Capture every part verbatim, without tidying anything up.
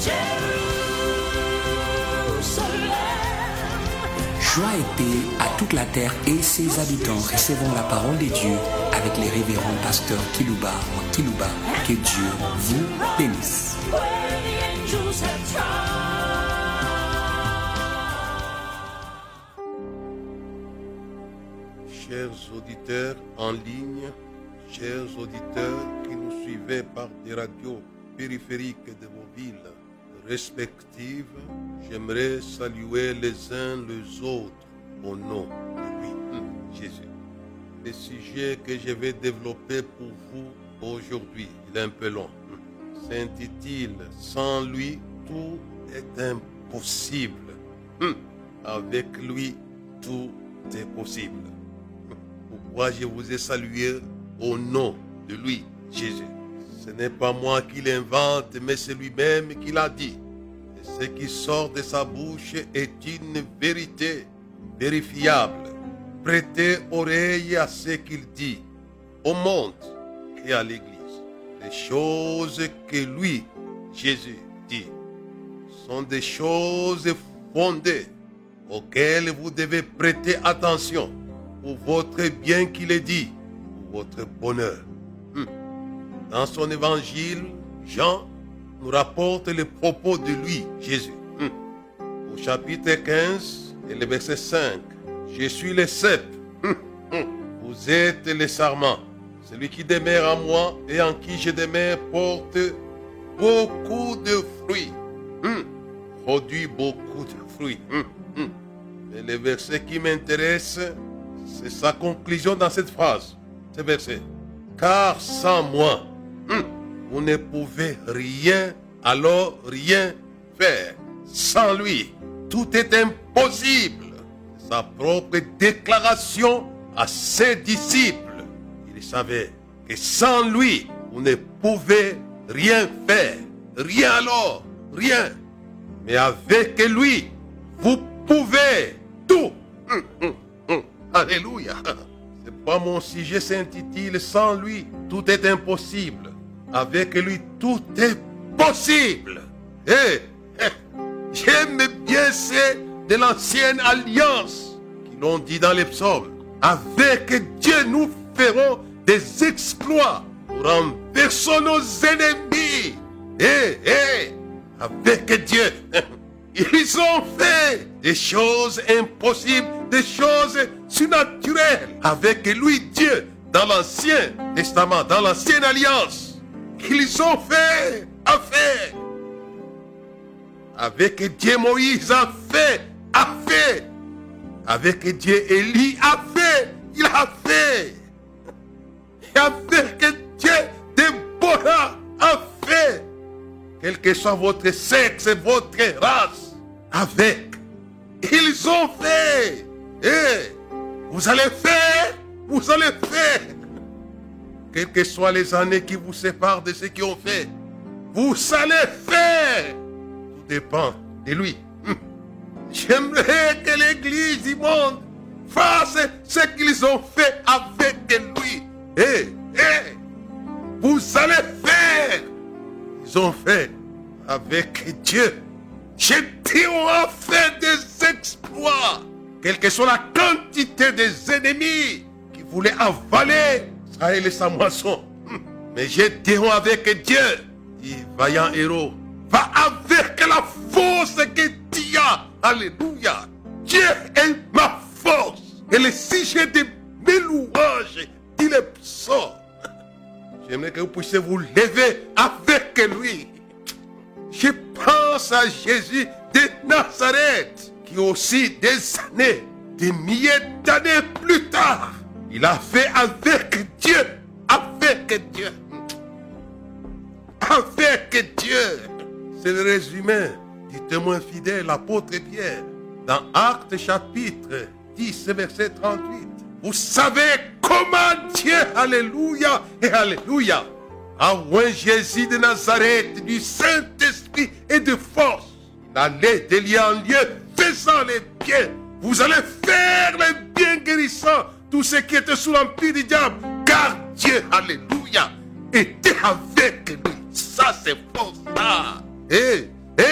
Joie et paix à toute la terre et ses habitants. Recevons la parole de Dieu avec les révérends pasteurs Kilouba ou Kilouba. Que Dieu vous bénisse. Chers auditeurs en ligne, chers auditeurs qui nous suivez par des radios périphériques de vos villes respectives, j'aimerais saluer les uns les autres au nom de lui, Jésus. Le sujet que je vais développer pour vous aujourd'hui, il est un peu long, s'intitule « Sans lui, tout est impossible. Avec lui, tout est possible. » Pourquoi je vous ai salué au nom de lui, Jésus. Ce n'est pas moi qui l'invente, mais c'est lui-même qui l'a dit. Et ce qui sort de sa bouche est une vérité vérifiable. Prêtez oreille à ce qu'il dit au monde et à l'Église. Les choses que lui, Jésus, dit sont des choses fondées auxquelles vous devez prêter attention pour votre bien qu'il est dit, pour votre bonheur. Dans son évangile, Jean nous rapporte les propos de lui, Jésus. Au chapitre quinze et le verset cinq, je suis le cep, vous êtes les sarments. Celui qui demeure en moi et en qui je demeure porte beaucoup de fruits. Produit beaucoup de fruits. Mais le verset qui m'intéresse, c'est sa conclusion dans cette phrase, ce verset. Car sans moi, vous ne pouvez rien, alors rien faire. Sans lui, tout est impossible. Sa propre déclaration à ses disciples. Il savait que sans lui, vous ne pouvez rien faire. Rien alors, rien. Mais avec lui, vous pouvez tout. Alléluia. C'est pas mon sujet s'intitule « Sans lui, tout est impossible. Avec lui, tout est possible. » Et j'aime bien ceux de l'ancienne alliance qui l'ont dit dans les psaumes. Avec Dieu, nous ferons des exploits pour renverser nos ennemis. Et, et avec Dieu, ils ont fait des choses impossibles, des choses surnaturelles. Avec lui, Dieu, dans l'Ancien Testament, dans l'Ancienne Alliance, ils ont fait, a fait. Avec Dieu, Moïse a fait, a fait. Avec Dieu, Élie a fait, il a fait. Et avec Dieu, Déborah a fait. Quel que soit votre sexe, votre race, avec, ils ont fait. Et vous allez faire, vous allez faire. Quelles que soient les années qui vous séparent de ceux qui ont fait, vous allez faire. Tout dépend de lui. J'aimerais que l'Église du monde fasse ce qu'ils ont fait avec lui. Et, et vous allez faire. Ils ont fait avec Dieu. J'ai dit, on a fait des exploits. Quelle que soit la quantité des ennemis qui voulaient avaler Israël et sa moisson. Mais j'ai dit, on avec Dieu, dit vaillant héros, va avec la force que tu as. Alléluia. Dieu est ma force. Et le sujet de mes louanges, il est psaume. J'aimerais que vous puissiez vous lever avec lui. Je pense à Jésus de Nazareth, qui aussi des années, des milliers d'années plus tard, il a fait avec Dieu, avec Dieu, avec Dieu. C'est le résumé du témoin fidèle, l'apôtre Pierre, dans Actes chapitre dix, verset trente-huit. Vous savez comment Dieu, alléluia et alléluia, a oint Jésus de Nazareth du Saint-Esprit et de force. Il allait de lieu en lieu, faisant les biens. Vous allez faire les biens guérissants, tout ce qui était sous l'empire du diable, car Dieu, alléluia, était avec lui. Ça, c'est fort, ça. Et, et,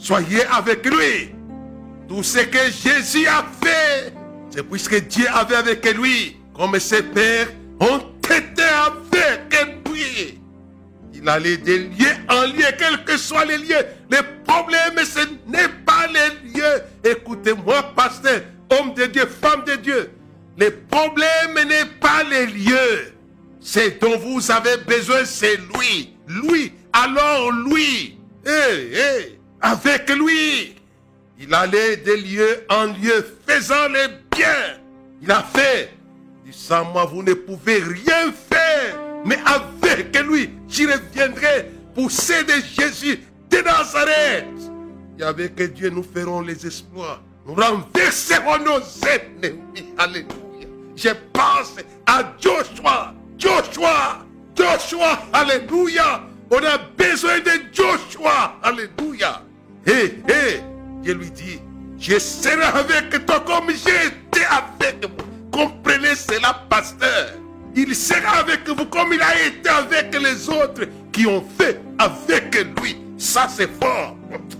soyez avec lui. Tout ce que Jésus a fait, c'est puisque Dieu avait avec lui, comme ses pères ont été avec lui. Il allait de lieu en lieu, quels que soient les lieux. Le problème, ce n'est pas les lieux. Écoutez-moi, pasteur, homme de Dieu, femme de Dieu. Le problème n'est pas les lieux. Ce dont vous avez besoin, c'est lui. Lui, alors lui. Hey, hey, avec lui. Il allait de lieu en lieu, faisant le bien. Il a fait. Il dit, sans moi, vous ne pouvez rien faire. Mais avec lui, j'y reviendrai pour céder Jésus de Nazareth. Et avec Dieu, nous ferons les exploits. Nous renverserons nos ennemis. Alléluia. Je pense à Joshua. Joshua. Joshua. Alléluia. On a besoin de Joshua. Alléluia. Hé, hey, hé. Hey. Dieu lui dit, je serai avec toi comme j'ai été avec vous. Comprenez cela, pasteur. Il sera avec vous comme il a été avec les autres qui ont fait avec lui. Ça, c'est fort.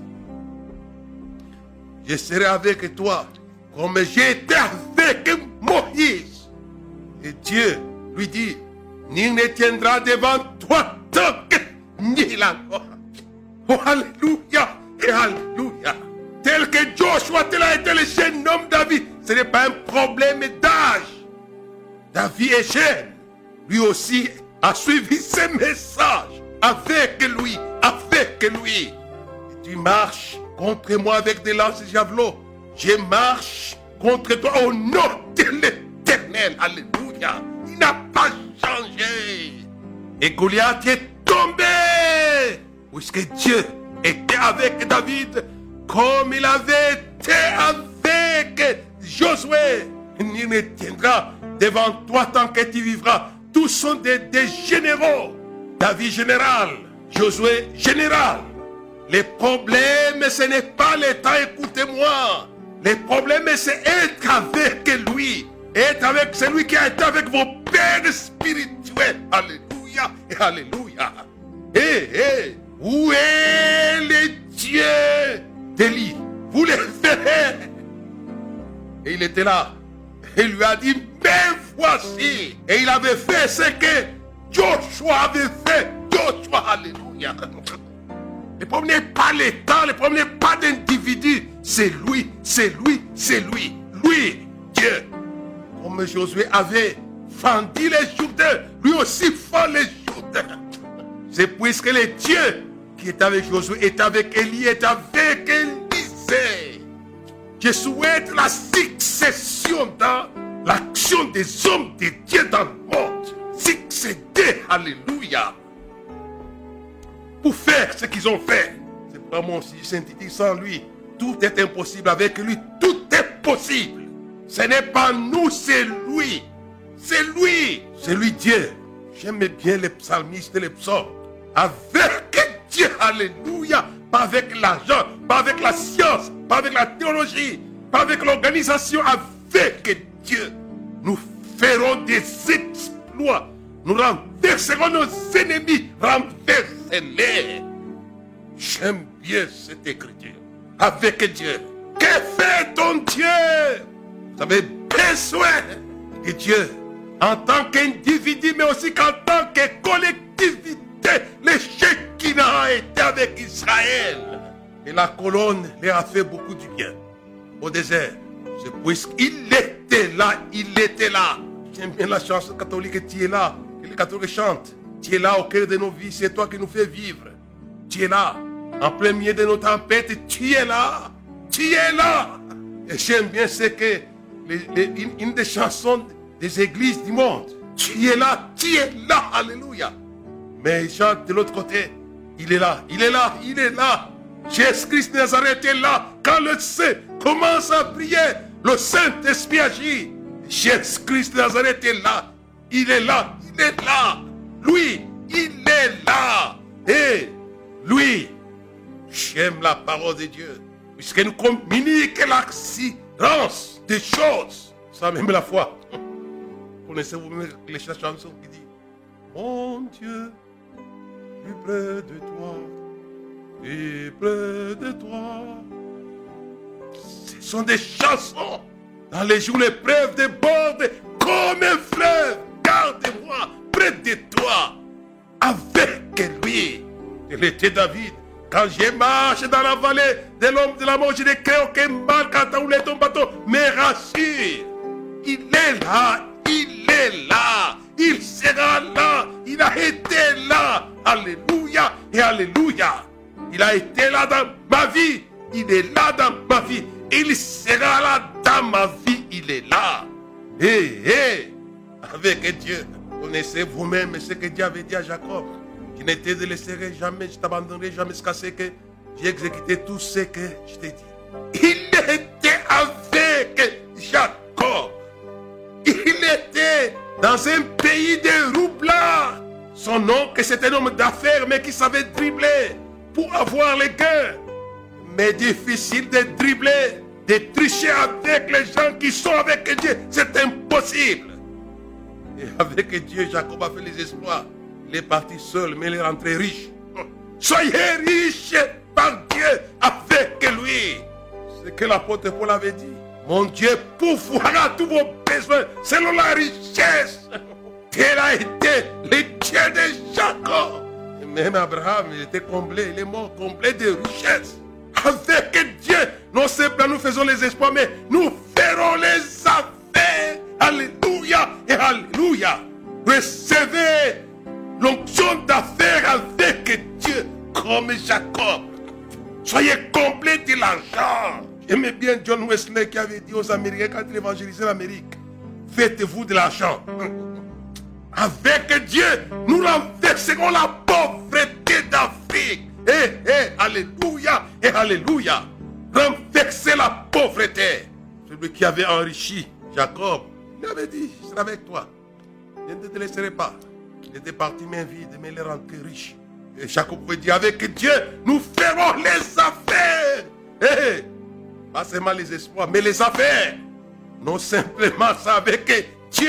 Je serai avec toi comme j'ai été avec Moïse. Et Dieu lui dit, nul ne tiendra devant toi tant que nul encore. Oh, alléluia et alléluia. Tel que Joshua, tel a été le jeune homme David. Ce n'est pas un problème d'âge. David est jeune. Lui aussi a suivi ses messages. Avec lui, avec lui. Et tu marches contre moi avec des lances et javelots. Je marche contre toi au nom de l'Éternel. Alléluia. Il n'a pas changé. Et Goliath est tombé. Puisque Dieu était avec David comme il avait été avec Josué. Il ne tiendra devant toi tant que tu vivras. Tous sont des, des généraux. David général, Josué général. Les problèmes, ce n'est pas le temps, écoutez-moi. Les problèmes, c'est être avec lui. Être avec celui qui a été avec vos pères spirituels. Alléluia et alléluia. Hé, hey, hé, hey, où est le Dieu d'Élie? Vous le verrez. Et il était là. Il lui a dit, mais voici. Et il avait fait ce que Joshua avait fait. Joshua, alléluia. Le problème n'est pas le temps, le problème n'est pas d'individu. C'est lui, c'est lui, c'est lui. Lui, Dieu. Comme Josué avait fendu les Jourdains, lui aussi fend les Jourdains. C'est puisque le Dieu qui est avec Josué est avec Élie, est avec Élisée. Je souhaite la succession dans l'action des hommes de Dieu dans le monde. Succéder, alléluia. Pour faire ce qu'ils ont fait. C'est pas mon Saint-Tite, sans lui. Tout est impossible. Avec lui, tout est possible. Ce n'est pas nous, c'est lui. C'est lui. C'est lui Dieu. J'aime bien les psalmistes et les psaumes. Avec Dieu, alléluia. Pas avec l'argent, pas avec la science, pas avec la théologie, pas avec l'organisation. Avec Dieu, nous ferons des exploits. Nous renverserons nos ennemis. Renversez-les. J'aime bien cette écriture. Avec Dieu. Que fait ton Dieu? Vous avez besoin de Dieu en tant qu'individu, mais aussi qu'en tant que collectivité. Le Shekinah a été avec Israël. Et la colonne leur a fait beaucoup du bien. Au désert. C'est puisqu'il était là, il était là. J'aime bien la chanson catholique, tu es là. Que les catholiques chantent. Tu es là au cœur de nos vies, c'est toi qui nous fais vivre. Tu es là. En plein milieu de nos tempêtes, tu es là. Tu es là. Et j'aime bien ce que les, les, une, une des chansons des églises du monde. Tu es là, tu es là. Alléluia. Mais Jean, de l'autre côté, il est là, il est là, il est là. Jésus-Christ de Nazareth est là. Quand le Saint commence à prier, le Saint-Esprit agit. Jésus-Christ de Nazareth est là. Il est là, il est là. Lui, il est là. Et lui, j'aime la parole de Dieu. Puisqu'elle nous communique l'assurance des choses. Ça même la foi. Connaissez-vous même les chansons qui disent, mon Dieu, plus près de toi, et près de toi. Ce sont des chansons. Dans les jours, l'épreuve déborde comme un fleuve. Garde-moi près de toi. Avec lui. Il était David. Quand je marche dans la vallée de l'homme de la mort, je ne crains aucun mal quand où ton bateau me rassure. Il est là. Il est là. Il sera là. Il a été là. Alléluia et alléluia. Il a été là dans ma vie. Il est là dans ma vie. Il sera là dans ma vie. Il est là. Hé, hey, hé. Hey. Avec Dieu. Connaissez vous-même ce que Dieu avait dit à Jacob. Je ne te laisserai jamais, je t'abandonnerai jamais jusqu'à ce que j'ai exécuté tout ce que je t'ai dit. Il était avec Jacob. Il était dans un pays de roublards. Son oncle, c'était un homme d'affaires, mais qui savait dribbler pour avoir les gains. Mais difficile de dribbler, de tricher avec les gens qui sont avec Dieu. C'est impossible. Et avec Dieu, Jacob a fait les exploits. Il est parti seul, mais il est rentré riche. Soyez riches par Dieu avec lui. C'est que l'apôtre Paul avait dit. Mon Dieu pourvoira tous vos besoins selon la richesse. Tel a été le Dieu de Jacob. Et même Abraham, il était comblé, il est mort comblé de richesse. Avec Dieu, non seulement nous faisons les exploits, mais nous ferons les affaires. Alléluia et alléluia. Recevez l'onction d'affaires avec Dieu comme Jacob. Soyez comblés de l'argent. J'aimais bien John Wesley qui avait dit aux Américains quand il évangélisait l'Amérique, faites-vous de l'argent. Avec Dieu, nous renverserons la pauvreté d'Afrique. Eh, eh, alléluia et alléluia. Renverser la pauvreté. Celui qui avait enrichi Jacob, il avait dit, je serai avec toi. Je ne te laisserai pas. Il était parti main vide, mais il est rentré riche. Et Jacob pouvait dire, avec Dieu, nous ferons les affaires. Hey, pas seulement les espoirs, mais les affaires. Non simplement ça, avec Dieu,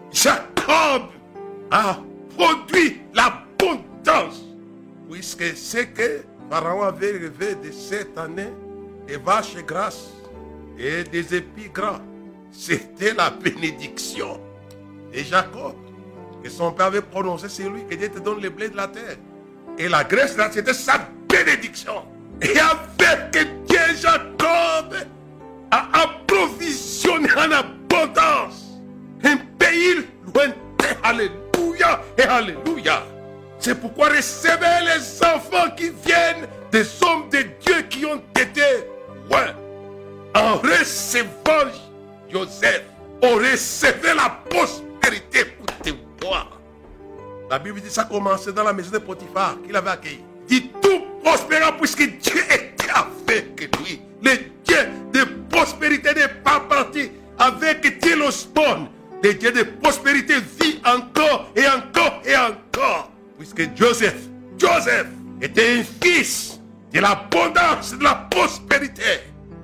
Jacob a produit l'abondance. Puisque ce que Pharaon avait rêvé de cette année, des vaches grasses et des épis gras, c'était la bénédiction de Jacob. Que son père avait prononcé, c'est lui que Dieu te donne le blé de la terre. Et la graisse là, c'était sa bénédiction. Et avec Dieu, Jacob a approvisionné en abondance un pays lointain. Alléluia et alléluia. C'est pourquoi recevez les enfants qui viennent des hommes de Dieu qui ont été loin. En recevant Joseph, on recevait la prospérité pour te voir. La Bible dit ça commençait dans la maison de Potiphar qu'il avait accueilli. Dit tout prospéra puisque Dieu était avec lui. Le Dieu de prospérité n'est pas parti avec Dieu l'Osbon. Le Dieu de prospérité vit encore et encore et encore. Puisque Joseph, Joseph était un fils de l'abondance, de la prospérité.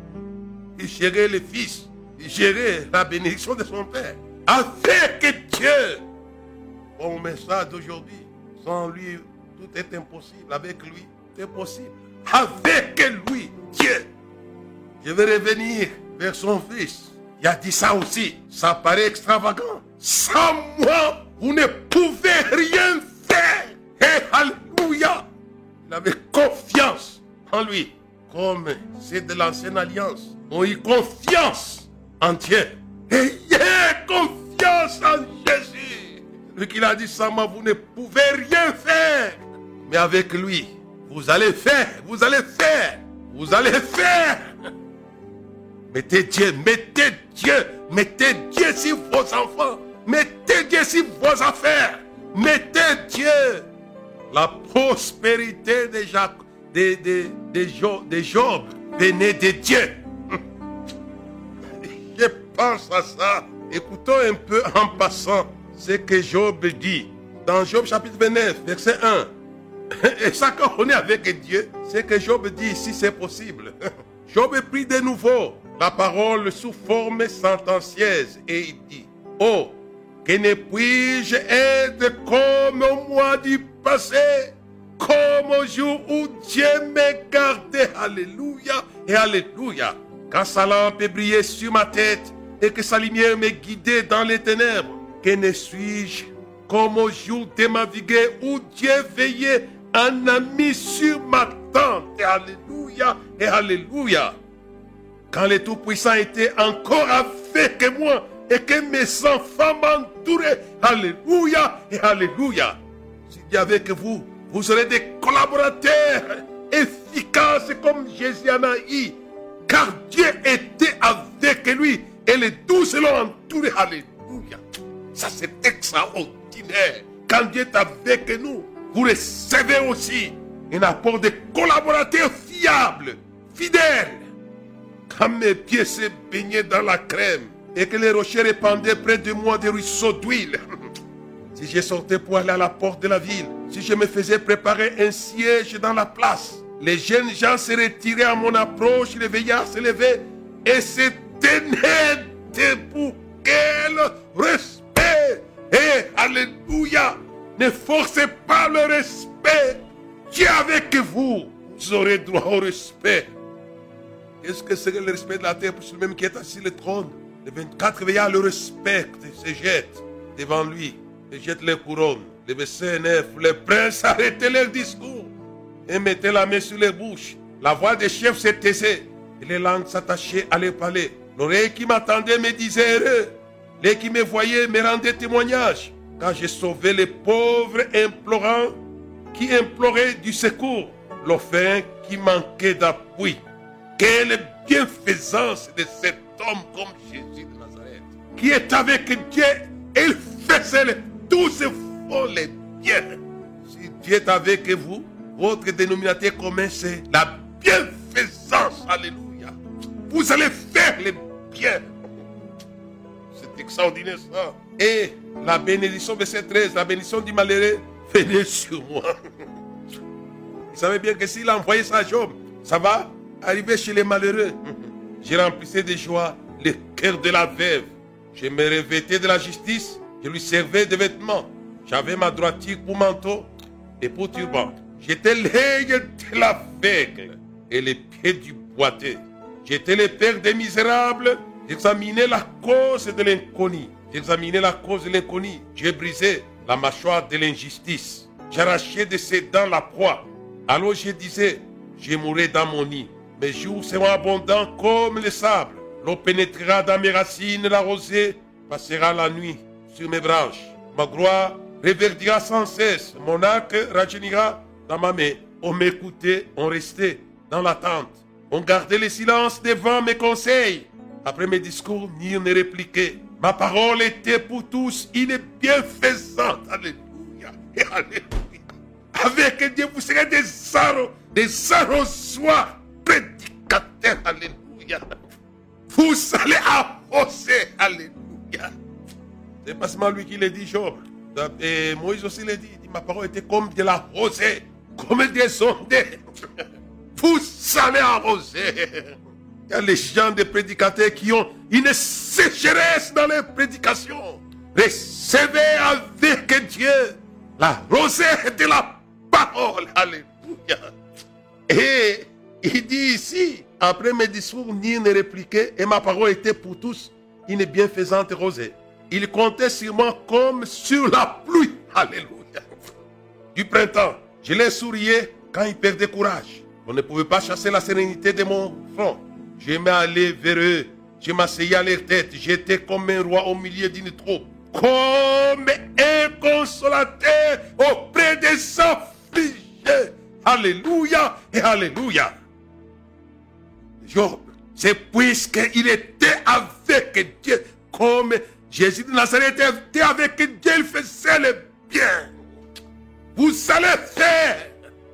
Il gérait le fils, il gérait la bénédiction de son père. Avec Dieu. Bon message d'aujourd'hui. Sans lui, tout est impossible. Avec lui, tout est possible. Avec lui, Dieu. Je vais revenir vers son fils. Il a dit ça aussi. Ça paraît extravagant. Sans moi, vous ne pouvez rien faire. Et alléluia. Il avait confiance en lui. Comme c'est de l'ancienne alliance. On eu confiance en Dieu. Ayez confiance en Jésus. Lui qui a dit sans moi, vous ne pouvez rien faire. Mais avec lui, vous allez faire. Vous allez faire. Vous allez faire. Mettez Dieu, mettez Dieu, mettez Dieu sur vos enfants, mettez Dieu sur vos affaires, mettez Dieu. La prospérité de, Jacques, de, de, de, Job, de Job venait de Dieu. Je pense à ça. Écoutons un peu en passant ce que Job dit. Dans Job chapitre vingt-neuf, verset un. Et ça, quand on est avec Dieu, c'est que Job dit ici, c'est possible. Job prit de nouveau la parole sous forme sentencieuse et il dit, oh, que ne puis-je être comme au mois du passé, comme au jour où Dieu me gardait. Alléluia et alléluia. Quand sa lampe brillait sur ma tête et que sa lumière me guidait dans les ténèbres. Que ne suis-je comme au jour de ma vigueur où Dieu veillait un ami sur ma tente. Et alléluia et alléluia. Quand le Tout-Puissant était encore avec moi et que mes enfants m'entouraient. Alléluia et alléluia. S'il y avait que vous, vous serez des collaborateurs efficaces comme Jésus en a eu. Car Dieu était avec lui et les douze l'ont entouré. Alléluia. Ça c'est extraordinaire. Quand Dieu est avec nous, vous recevez aussi un apport de collaborateurs fiables, fidèles. Quand mes pieds se baignaient dans la crème et que les rochers répandaient près de moi des ruisseaux d'huile. Si je sortais pour aller à la porte de la ville, si je me faisais préparer un siège dans la place, les jeunes gens se retiraient à mon approche, les veillards se levaient et se tenaient debout. Quel respect! Et alléluia! Ne forcez pas le respect. Dieu avec vous, vous aurez droit au respect. Qu'est-ce que c'est le respect de la terre pour celui-même qui est assis sur le trône? Les vingt-quatre veillards le respectent et se jettent devant lui. Ils jettent les couronnes. Les verset neuf, les princes arrêtaient leur discours et mettaient la main sur les bouches. La voix des chefs se taisait et les langues s'attachaient à leur palais. L'oreille qui m'attendait me disait heureux. Les qui me voyaient me rendaient témoignage. Quand j'ai sauvé les pauvres implorants qui imploraient du secours. L'orphelin qui manquait d'appui. Quelle bienfaisance de cet homme comme Jésus de Nazareth, qui est avec Dieu et il faisait tout ce font les biens. Si Dieu est avec vous, votre dénominateur commun c'est la bienfaisance. Alléluia. Vous allez faire les biens. C'est extraordinaire ça. Et la bénédiction, verset treize, la bénédiction du malheureux venez sur moi. Vous savez bien que s'il a envoyé ça à Job, ça va arriver chez les malheureux. Je remplissais de joie le cœur de la veuve. Je me revêtais de la justice. Je lui servais de vêtements. J'avais ma droiture pour manteau et pour turban. J'étais l'œil de l'aveugle et les pieds du boiteux. J'étais le père des misérables. J'examinais la cause de l'inconnu. J'examinais la cause de l'inconnu. J'ai brisé la mâchoire de l'injustice. J'arrachais de ses dents la proie. Alors je disais, je mourrai dans mon nid. Mes jours seront abondants comme le sable. L'eau pénétrera dans mes racines, la rosée passera la nuit sur mes branches. Ma gloire reverdira sans cesse. Mon arc rajeunira dans ma main. On m'écoutait, on restait dans l'attente. On gardait le silence devant mes conseils. Après mes discours, nul ne répliquait. Ma parole était pour tous une bienfaisante. Alléluia et alléluia. Avec Dieu, vous serez des arros, des arrosoirs prédicateurs. Alléluia. Vous allez arroser. Alléluia. C'est pas seulement lui qui l'a dit, Job. Et Moïse aussi l'a dit. Il dit, ma parole était comme de la rosée, comme des ondées. Vous allez arroser. Il y a les gens des prédicateurs qui ont une sécheresse dans les prédications. Recevez avec Dieu la rosée de la parole. Alléluia. Et il dit ici, après mes discours, nul ne répliquait et ma parole était pour tous une bienfaisante rosée. Il comptait sur moi comme sur la pluie. Alléluia. Du printemps, je les souriais quand ils perdaient courage. On ne pouvait pas chasser la sérénité de mon front. Je m'allais vers eux. Je m'asseyais à leur tête. J'étais comme un roi au milieu d'une troupe. Comme un consolateur auprès des affligés. Alléluia et alléluia. Job, c'est puisqu'il était avec Dieu, comme Jésus de Nazareth était avec Dieu, il faisait le bien. Vous allez faire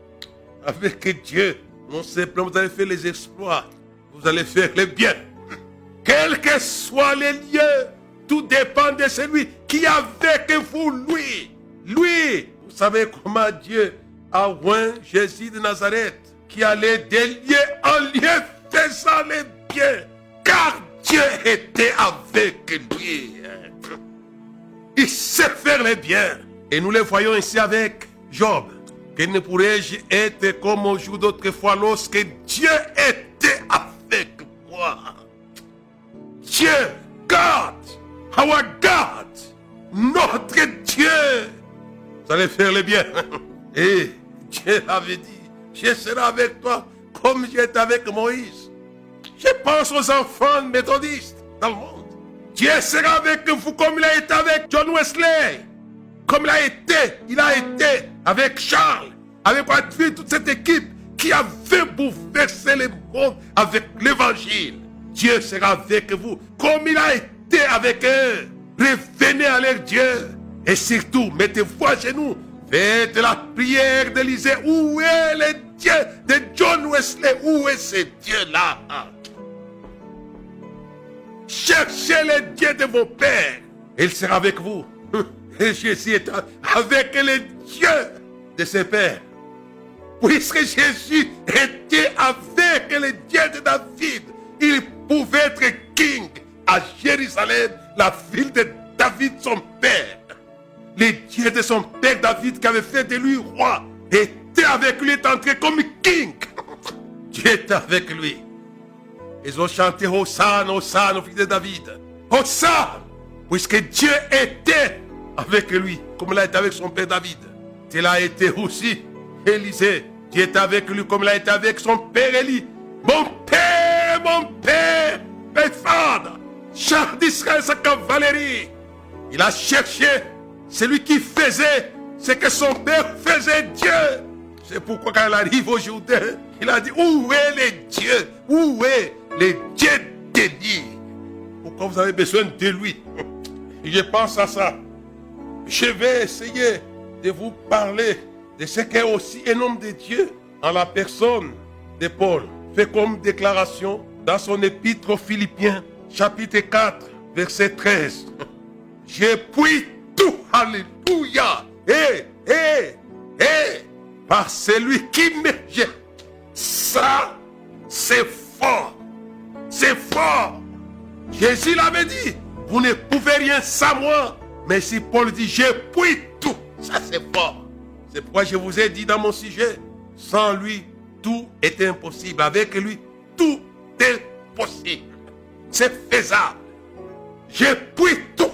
avec Dieu. Non simplement vous allez faire les exploits, vous allez faire le bien. Quels que soient les lieux, tout dépend de celui qui est avec vous, lui. Lui, vous savez comment Dieu a oint Jésus de Nazareth, qui allait des lieux en lieu faisant le bien, car Dieu était avec lui. Il sait faire le bien. Et nous le voyons ici avec Job. Que ne pourrais-je être comme au jour d'autrefois lorsque Dieu était avec moi? Dieu, God, our God, notre Dieu. Vous allez faire le bien. Et Dieu avait dit, je serai avec toi comme j'étais avec Moïse. Je pense aux enfants méthodistes dans le monde. Dieu sera avec vous comme il a été avec John Wesley. Comme il a été, il a été avec Charles, avec Watfield, toute cette équipe qui avait bouleversé le monde avec l'évangile. Dieu sera avec vous comme il a été avec eux. Revenez à leur Dieu. Et surtout, mettez-vous à genoux. Faites la prière d'Élisée. Où est le Dieu de John Wesley? Où est ce Dieu-là? Cherchez le Dieu de vos pères. Il sera avec vous. Et Jésus est avec le Dieu de ses pères. Puisque Jésus était avec le Dieu de David, il pouvait être king à Jérusalem, la ville de David, son père. Le Dieu de son père David, qui avait fait de lui roi, était avec lui, est entré comme king. Dieu était avec lui. Ils ont chanté Hosanna, Hosanna au fils de David. Hosanna, puisque Dieu était avec lui, comme il a été avec son père David. Il a été aussi Élisée. Dieu est avec lui, comme il a été avec son père Élie. Mon père, mon père, mes father, char d'Israël, sa cavalerie. Il a cherché celui qui faisait ce que son père faisait, Dieu. C'est pourquoi quand il arrive au Jourdain, il a dit, où est le Dieu? Où est le Dieu d'Élie? Pourquoi vous avez besoin de lui? Je pense à ça. Je vais essayer de vous parler de ce qu'est aussi un homme de Dieu en la personne de Paul. Fait comme déclaration dans son épître aux Philippiens, chapitre quatre, verset treize. Je puis tout, alléluia, et, et, et, par celui qui me jette. Ça, c'est fort, c'est fort. Jésus l'avait dit, vous ne pouvez rien sans moi. Mais si Paul dit, je puis tout, ça c'est fort. C'est pourquoi je vous ai dit dans mon sujet, sans lui, tout est impossible. Avec lui, tout est possible. C'est faisable. Je puis tout.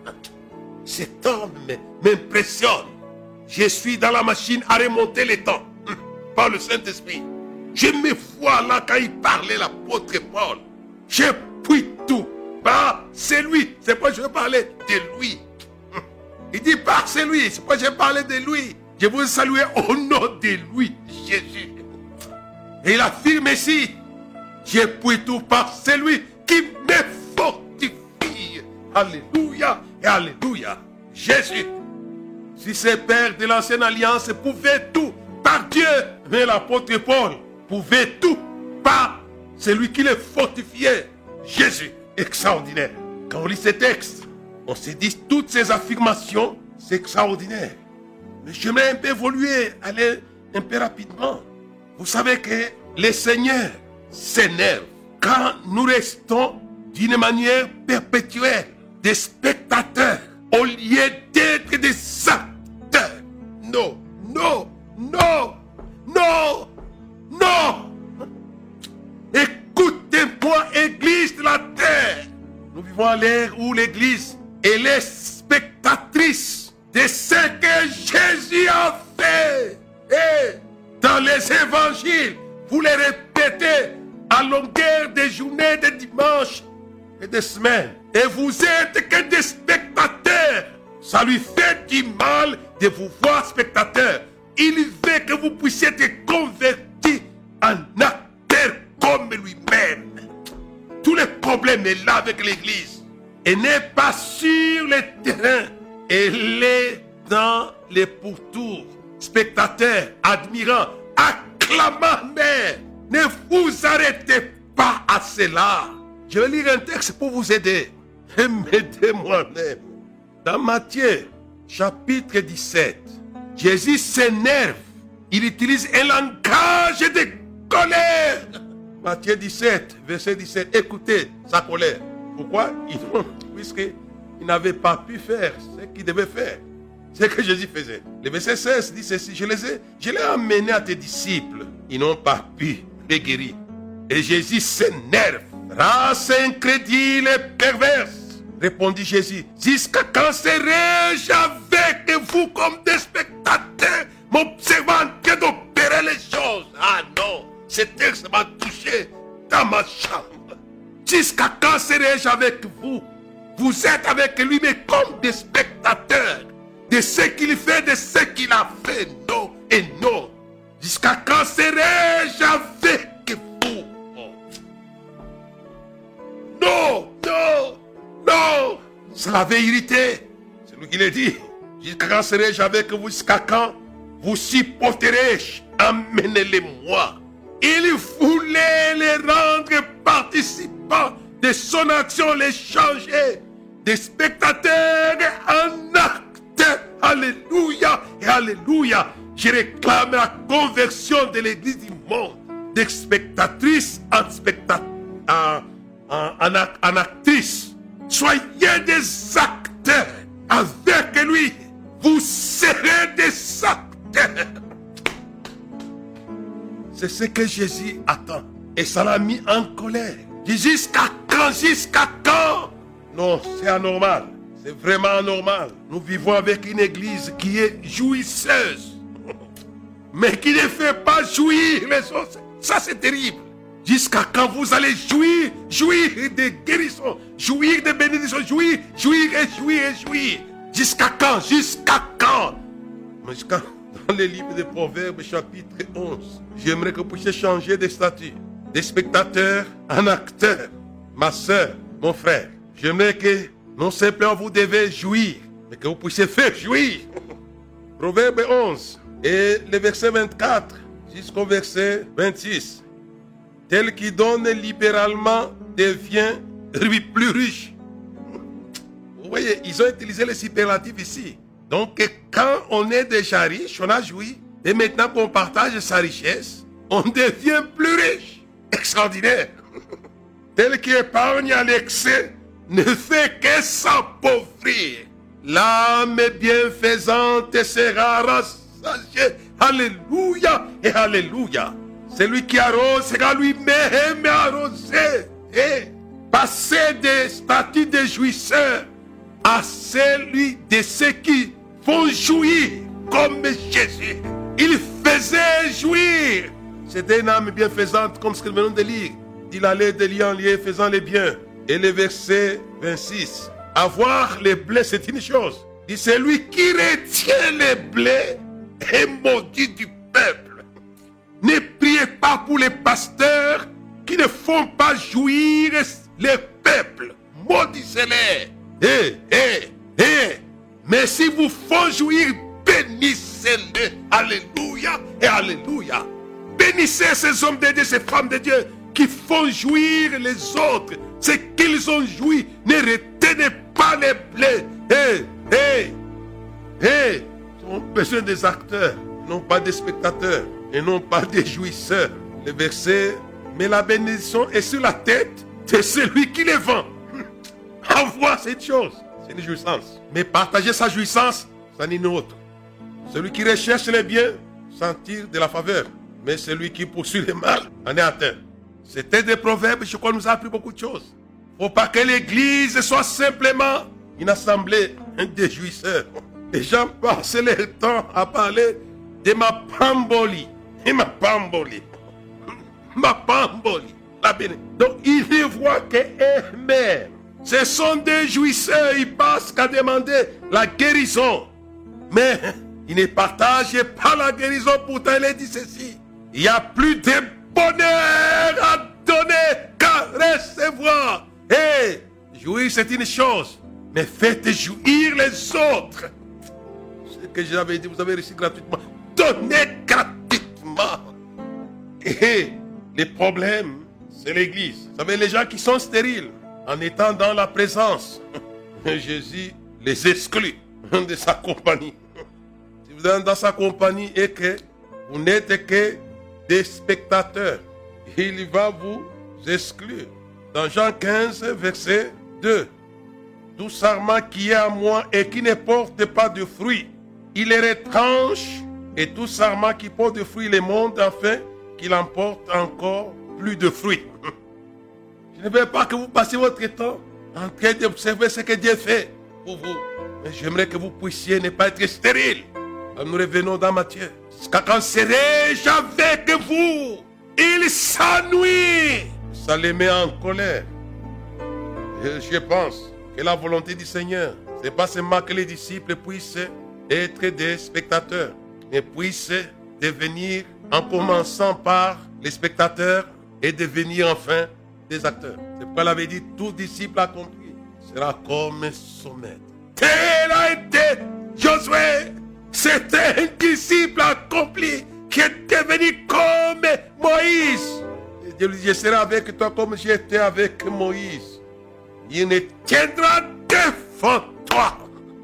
Cet homme m'impressionne. Je suis dans la machine à remonter le temps par le Saint-Esprit. Je me vois là quand il parlait, l'apôtre Paul. Je puis tout. Par c'est lui. C'est pourquoi je veux parler de lui. Il dit par c'est lui. C'est pourquoi je parle de lui. Je vous salue au nom de lui, Jésus. Et il affirme ici, je puis tout par celui qui me fortifie. Alléluia et alléluia. Jésus. Si ces pères de l'ancienne alliance pouvaient tout par Dieu, mais l'apôtre Paul pouvait tout par celui qui les fortifiait. Jésus. Extraordinaire. Quand on lit ces textes, on se dit toutes ces affirmations, c'est extraordinaire. Mais j'aimerais un peu évoluer, aller un peu rapidement. Vous savez que le Seigneur s'énerve quand nous restons d'une manière perpétuelle des spectateurs au lieu d'être des acteurs. Non, non, non, non, non. Écoutez-moi, Église de la terre. Nous vivons à l'ère où l'Église est les spectatrice de ce que Jésus a fait. Et dans les évangiles, vous les répétez à longueur des journées, des dimanches et des semaines. Et vous êtes que des spectateurs. Ça lui fait du mal de vous voir spectateurs. Il veut que vous puissiez être convertis en acteurs comme lui-même. Tous les problèmes est là avec l'Église. Elle n'est pas sur le terrain. Elle est dans les pourtours. Spectateurs, admirants, acclamants, mais ne vous arrêtez pas à cela. Je vais lire un texte pour vous aider. Et m'aider moi-même. Dans Matthieu, chapitre dix-sept, Jésus s'énerve. Il utilise un langage de colère. Matthieu dix-sept, verset dix-sept. Écoutez sa colère. Pourquoi? Puisqu'il n'avait pas pu faire ce qu'il devait faire. C'est ce que Jésus faisait. Le verset seize dit ceci. Je les ai, je les ai amenés à tes disciples. Ils n'ont pas pu les guérir. Et Jésus s'énerve. Race incrédule et perverse, répondit Jésus. Jusqu'à quand serai-je avec vous comme des spectateurs, m'observant en train d'opérer les choses? Ah non, ce texte m'a touché dans ma chambre. Jusqu'à quand serai-je avec vous? Vous êtes avec lui, mais comme des spectateurs de ce qu'il fait, de ce qu'il a fait. Non et non. Jusqu'à quand serai-je avec vous? Oh. Non, non, non. Ça l'avait irrité. C'est lui qui l'a dit. Jusqu'à quand serai-je avec vous? Jusqu'à quand vous supporterai-je? Amenez-les-moi. Il voulait les rendre participants de son action, les changer des spectateurs en acte. Alléluia et alléluia. Je réclame la conversion de l'église du monde, des spectatrices en spectatrices, en, en, en, en actrices. Soyez des acteurs avec lui. Vous serez des acteurs. C'est ce que Jésus attend. Et ça l'a mis en colère. Jusqu'à quand? Jusqu'à quand? Non, c'est anormal. C'est vraiment anormal. Nous vivons avec une église qui est jouisseuse, mais qui ne fait pas jouir les autres. Ça, c'est terrible. Jusqu'à quand vous allez jouir, jouir de guérison, jouir de bénédiction, jouir, jouir et jouir et jouir. Jusqu'à quand? Jusqu'à quand? Jusqu'à dans le livre des Proverbes, chapitre onze, j'aimerais que vous puissiez changer de statut. Des spectateurs en acteurs. Ma soeur, mon frère, j'aimerais que non simplement vous devez jouir, mais que vous puissiez faire jouir. Proverbe onze et le verset vingt-quatre jusqu'au verset vingt-six. Tel qui donne libéralement devient plus riche. Vous voyez, ils ont utilisé les superlatifs ici. Donc quand on est déjà riche, on a joui. Et maintenant qu'on partage sa richesse, on devient plus riche. Extraordinaire. Tel qui épargne à l'excès ne fait que s'appauvrir. L'âme bienfaisante sera rassasiée. Alléluia et alléluia. Celui qui arrose sera lui-même arrosé. Et passer des statuts de jouisseurs à celui de ceux qui font jouir comme Jésus. Il faisait jouir. C'était une âme bienfaisante comme ce que nous venons de lire. Il allait de lieu en lieu faisant les biens. Et le verset vingt-six. Avoir les blés, c'est une chose. Il c'est lui qui retient les blés et maudit du peuple. Ne priez pas pour les pasteurs qui ne font pas jouir les peuples. Maudissez-les. Eh, eh, eh. Mais si vous font jouir, bénissez-les. Alléluia et alléluia. Bénissez ces hommes de Dieu, ces femmes de Dieu qui font jouir les autres. Ce qu'ils ont joui, ne retenez pas les blés. Hé, hé, hé. Ils ont besoin des acteurs, non pas des spectateurs, et non pas des jouisseurs. Le verset, mais la bénédiction est sur la tête de celui qui les vend. Avoir cette chose, c'est une jouissance. Mais partager sa jouissance, c'en est une autre. Celui qui recherche les biens, sentir de la faveur. Mais celui qui poursuit le mal en est atteint. C'était des proverbes, je crois, nous a appris beaucoup de choses. Il ne faut pas que l'église soit simplement une assemblée de jouisseurs. Les gens passent leur temps à parler de ma pamboli. Et ma pamboli. Ma pamboli. La bénédiction. Donc, ils ne voient qu'eux-mêmes. Ce sont des jouisseurs. Ils passent qu'à demander la guérison. Mais ils ne partagent pas la guérison. Pourtant, il est dit ceci. Il n'y a plus de bonheur à donner qu'à recevoir. Et hey, jouir, c'est une chose. Mais faites jouir les autres. Ce que j'avais dit, vous avez reçu gratuitement. Donnez gratuitement. Et les problèmes, c'est l'église. Vous savez, les gens qui sont stériles, en étant dans la présence, Jésus les exclut de sa compagnie. Si vous êtes dans sa compagnie et que vous n'êtes que des spectateurs, il va vous exclure. Dans Jean quinze, verset deux. Tout sarment qui est à moi et qui ne porte pas de fruits, il les retranche et tout sarment qui porte de fruits les monte afin qu'il emporte encore plus de fruits. Je ne veux pas que vous passiez votre temps en train d'observer ce que Dieu fait pour vous. Mais j'aimerais que vous puissiez ne pas être stérile. Alors nous revenons dans Matthieu. Quand serai-je avec vous? Il s'ennuie. Ça les met en colère. Et je pense que la volonté du Seigneur, ce n'est pas seulement que les disciples puissent être des spectateurs, mais puissent devenir, en commençant par les spectateurs, et devenir enfin des acteurs. C'est pourquoi il avait dit, tout disciple accompli sera comme son maître. Tel a été Josué. C'était un disciple accompli qui est devenu comme Moïse. Et Dieu lui dit, je serai avec toi comme j'étais avec Moïse. Il ne tiendra devant toi.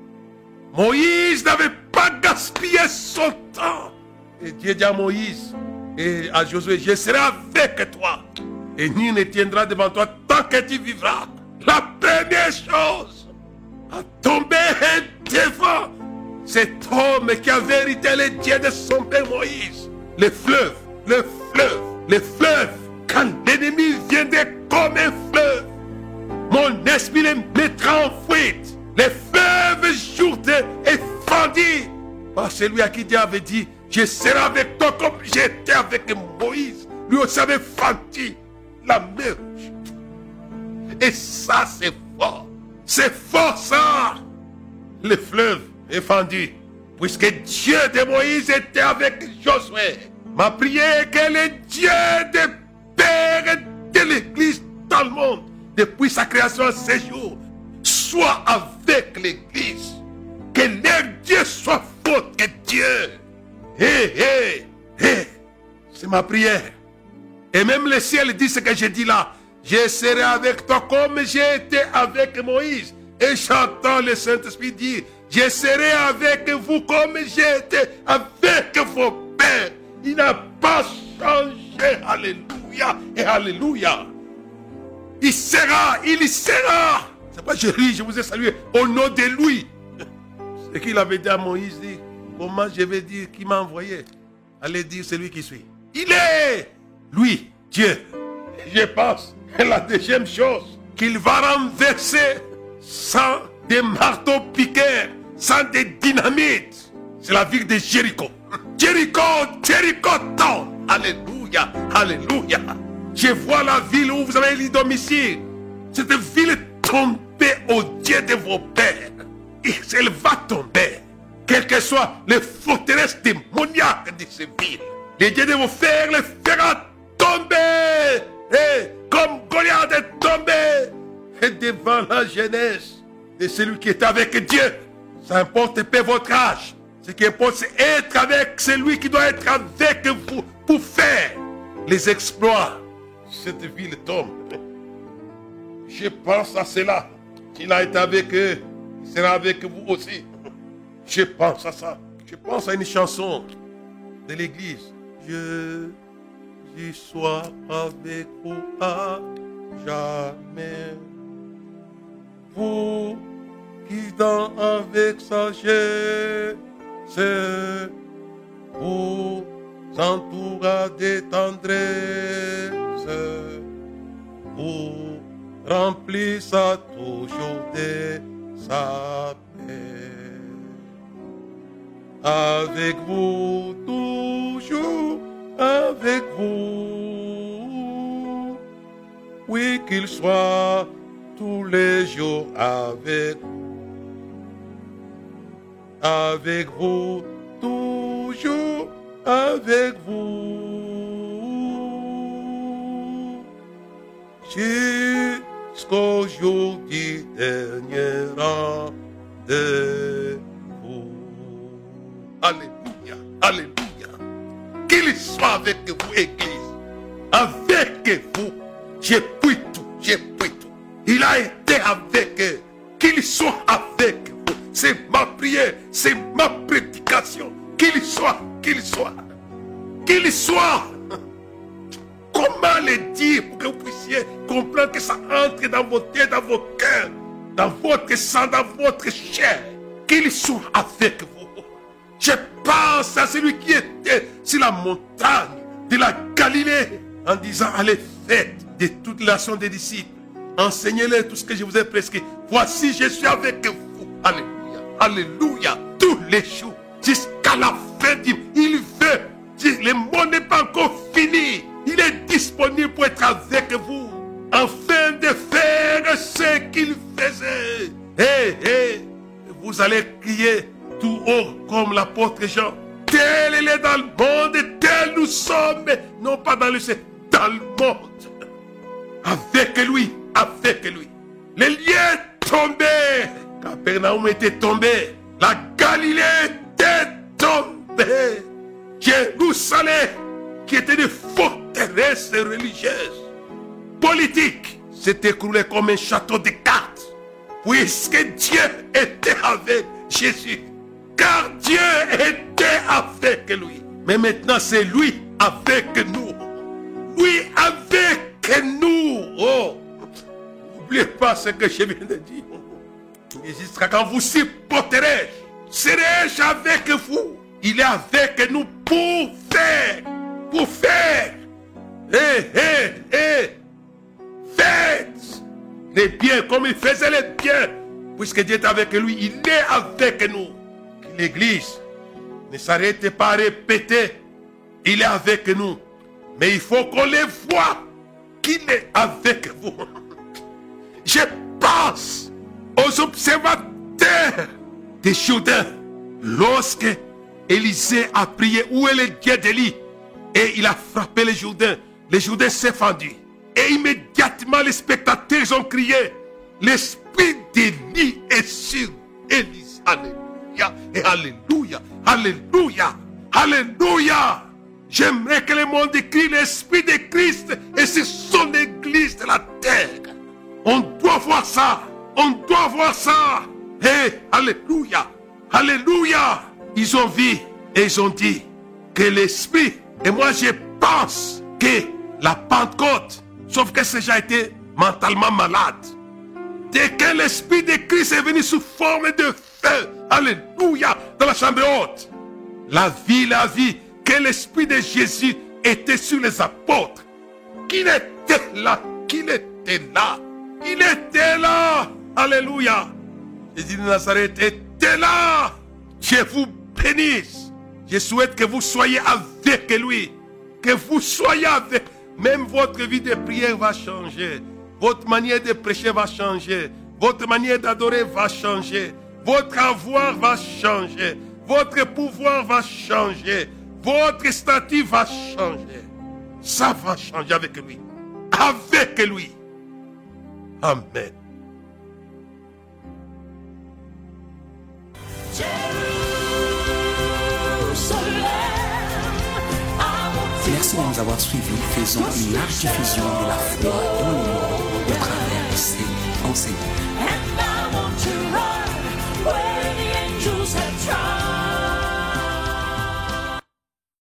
Moïse n'avait pas gaspillé son temps. Et Dieu dit à Moïse et à Josué, je serai avec toi. Et nul ne tiendra devant toi tant que tu vivras. La première chose à tomber devant cet homme qui a vérité le Dieu de son père Moïse. Les fleuves, les fleuves, les fleuves. Quand l'ennemi viendrait comme un fleuve, mon esprit les mettra en fuite. Les fleuves jourdaient et fendit. Par celui à qui Dieu avait dit, je serai avec toi comme j'étais avec Moïse. Lui aussi avait fendu la mer. Et ça c'est fort. C'est fort ça. Les fleuves est fendu. Puisque Dieu de Moïse était avec Josué. Ma prière est que le Dieu des pères de l'église dans le monde, depuis sa création à ce jour, soit avec l'église. Que leur Dieu soit votre Dieu. Hé, hé, hé. C'est ma prière. Et même le ciel dit ce que j'ai dit là. Je serai avec toi comme j'ai été avec Moïse. Et j'entends le Saint-Esprit dire, je serai avec vous comme j'ai été avec vos pères. Il n'a pas changé. Alléluia et alléluia. Il sera, il y sera. C'est pas je ris, je vous ai salué au nom de lui. Ce qu'il avait dit à Moïse, dit, comment je vais dire qui m'a envoyé? Allez dire celui qui suit. Il est, lui, Dieu. Je pense, la deuxième chose, qu'il va renverser sans des marteaux piqueurs, sans des dynamites. C'est la ville de Jéricho. Jéricho, Jéricho tombe. Alléluia, alléluia. Je vois la ville où vous avez les domiciles. Cette ville est tombée au Dieu de vos pères. Et elle va tomber. Quelles que soient les forteresses démoniaques de ces villes, les dieux de vos pères les fera tomber. Et comme Goliath est tombé. Et devant la jeunesse de celui qui est avec Dieu, ça importe pas votre âge. Ce qui importe, c'est être avec celui qui doit être avec vous pour faire les exploits. Cette ville tombe. Je pense à cela. Qu'il a été avec eux, il sera avec vous aussi. Je pense à ça. Je pense à une chanson de l'église. Je y sois avec vous à jamais. Vous qui dans avec sagesse vous entoura de tendresse, vous remplissa toujours de sa paix. Avec vous, toujours avec vous, oui qu'il soit tous les jours avec vous. Avec vous, toujours avec vous, jusqu'au jour du dernier rendez-vous. Alléluia, alléluia. Qu'il soit avec vous, Église, avec vous. Je puis tout, je puis tout. Il a été avec eux. Qu'il soit avec vous. C'est ma prière, c'est ma prédication. Qu'il soit, qu'il soit, qu'il soit. Comment le dire pour que vous puissiez comprendre que ça entre dans vos têtes, dans vos cœurs, dans votre sang, dans votre chair. Qu'il soit avec vous. Je pense à celui qui était sur la montagne de la Galilée en disant, allez, faites de toute la nation des disciples. Enseignez-les tout ce que je vous ai prescrit. Voici, je suis avec vous. Alléluia. Alléluia. Tous les jours, jusqu'à la fin du... Il veut. Le monde n'est pas encore fini. Il est disponible pour être avec vous. Afin de faire ce qu'il faisait. Hé, hé. Vous allez crier tout haut comme l'apôtre Jean. Tel il est dans le monde, tel nous sommes. Non pas dans le ciel, dans le monde. Avec lui, avec lui. Les liens tombaient. Capernaum était tombé. La Galilée était tombée. Jérusalem, qui était une forteresse religieuse, politique, s'est écroulé comme un château de cartes. Puisque Dieu était avec Jésus. Car Dieu était avec lui. Mais maintenant, c'est lui avec nous. Lui avec nous. Oh, n'oubliez pas ce que je viens de dire. Jusqu'à quand vous supporterez, serai-je avec vous. Il est avec nous pour faire. Pour faire. Hé, hé, hé. Faites les biens comme il faisait les biens. Puisque Dieu est avec lui, il est avec nous. L'église ne s'arrête pas à répéter. Il est avec nous. Mais il faut qu'on les voie qu'il est avec vous. Je pense aux observateurs des Jourdains. Lorsque Élisée a prié, où est le Dieu d'Élie? Et il a frappé les Jourdains. Les Jourdains s'est fendu. Et immédiatement les spectateurs ont crié, l'esprit d'Élie est sur Élisée. Alléluia et alléluia, alléluia, alléluia. J'aimerais que le monde crie l'esprit de Christ et c'est son église de la terre. On doit voir ça, on doit voir ça. Hey, alléluia, alléluia. Ils ont vu et ils ont dit que l'esprit, et moi je pense que la Pentecôte, sauf que c'est déjà été mentalement malade. Dès que l'esprit de Christ est venu sous forme de feu, alléluia, dans la chambre haute, la vie, la vie, que l'esprit de Jésus était sur les apôtres. Qu'il était là, qu'il était là, il était là, alléluia. Jésus de Nazareth était là. Dieu vous bénisse. Je souhaite que vous soyez avec lui, que vous soyez avec. Même votre vie de prière va changer. Votre manière de prêcher va changer. Votre manière d'adorer va changer. Votre avoir va changer. Votre pouvoir va changer. Votre statut va changer. Ça va changer avec lui. Avec lui. Amen. Merci de nous avoir suivis. Faisons une large diffusion de la foi dans le monde au travers de ces enseignements.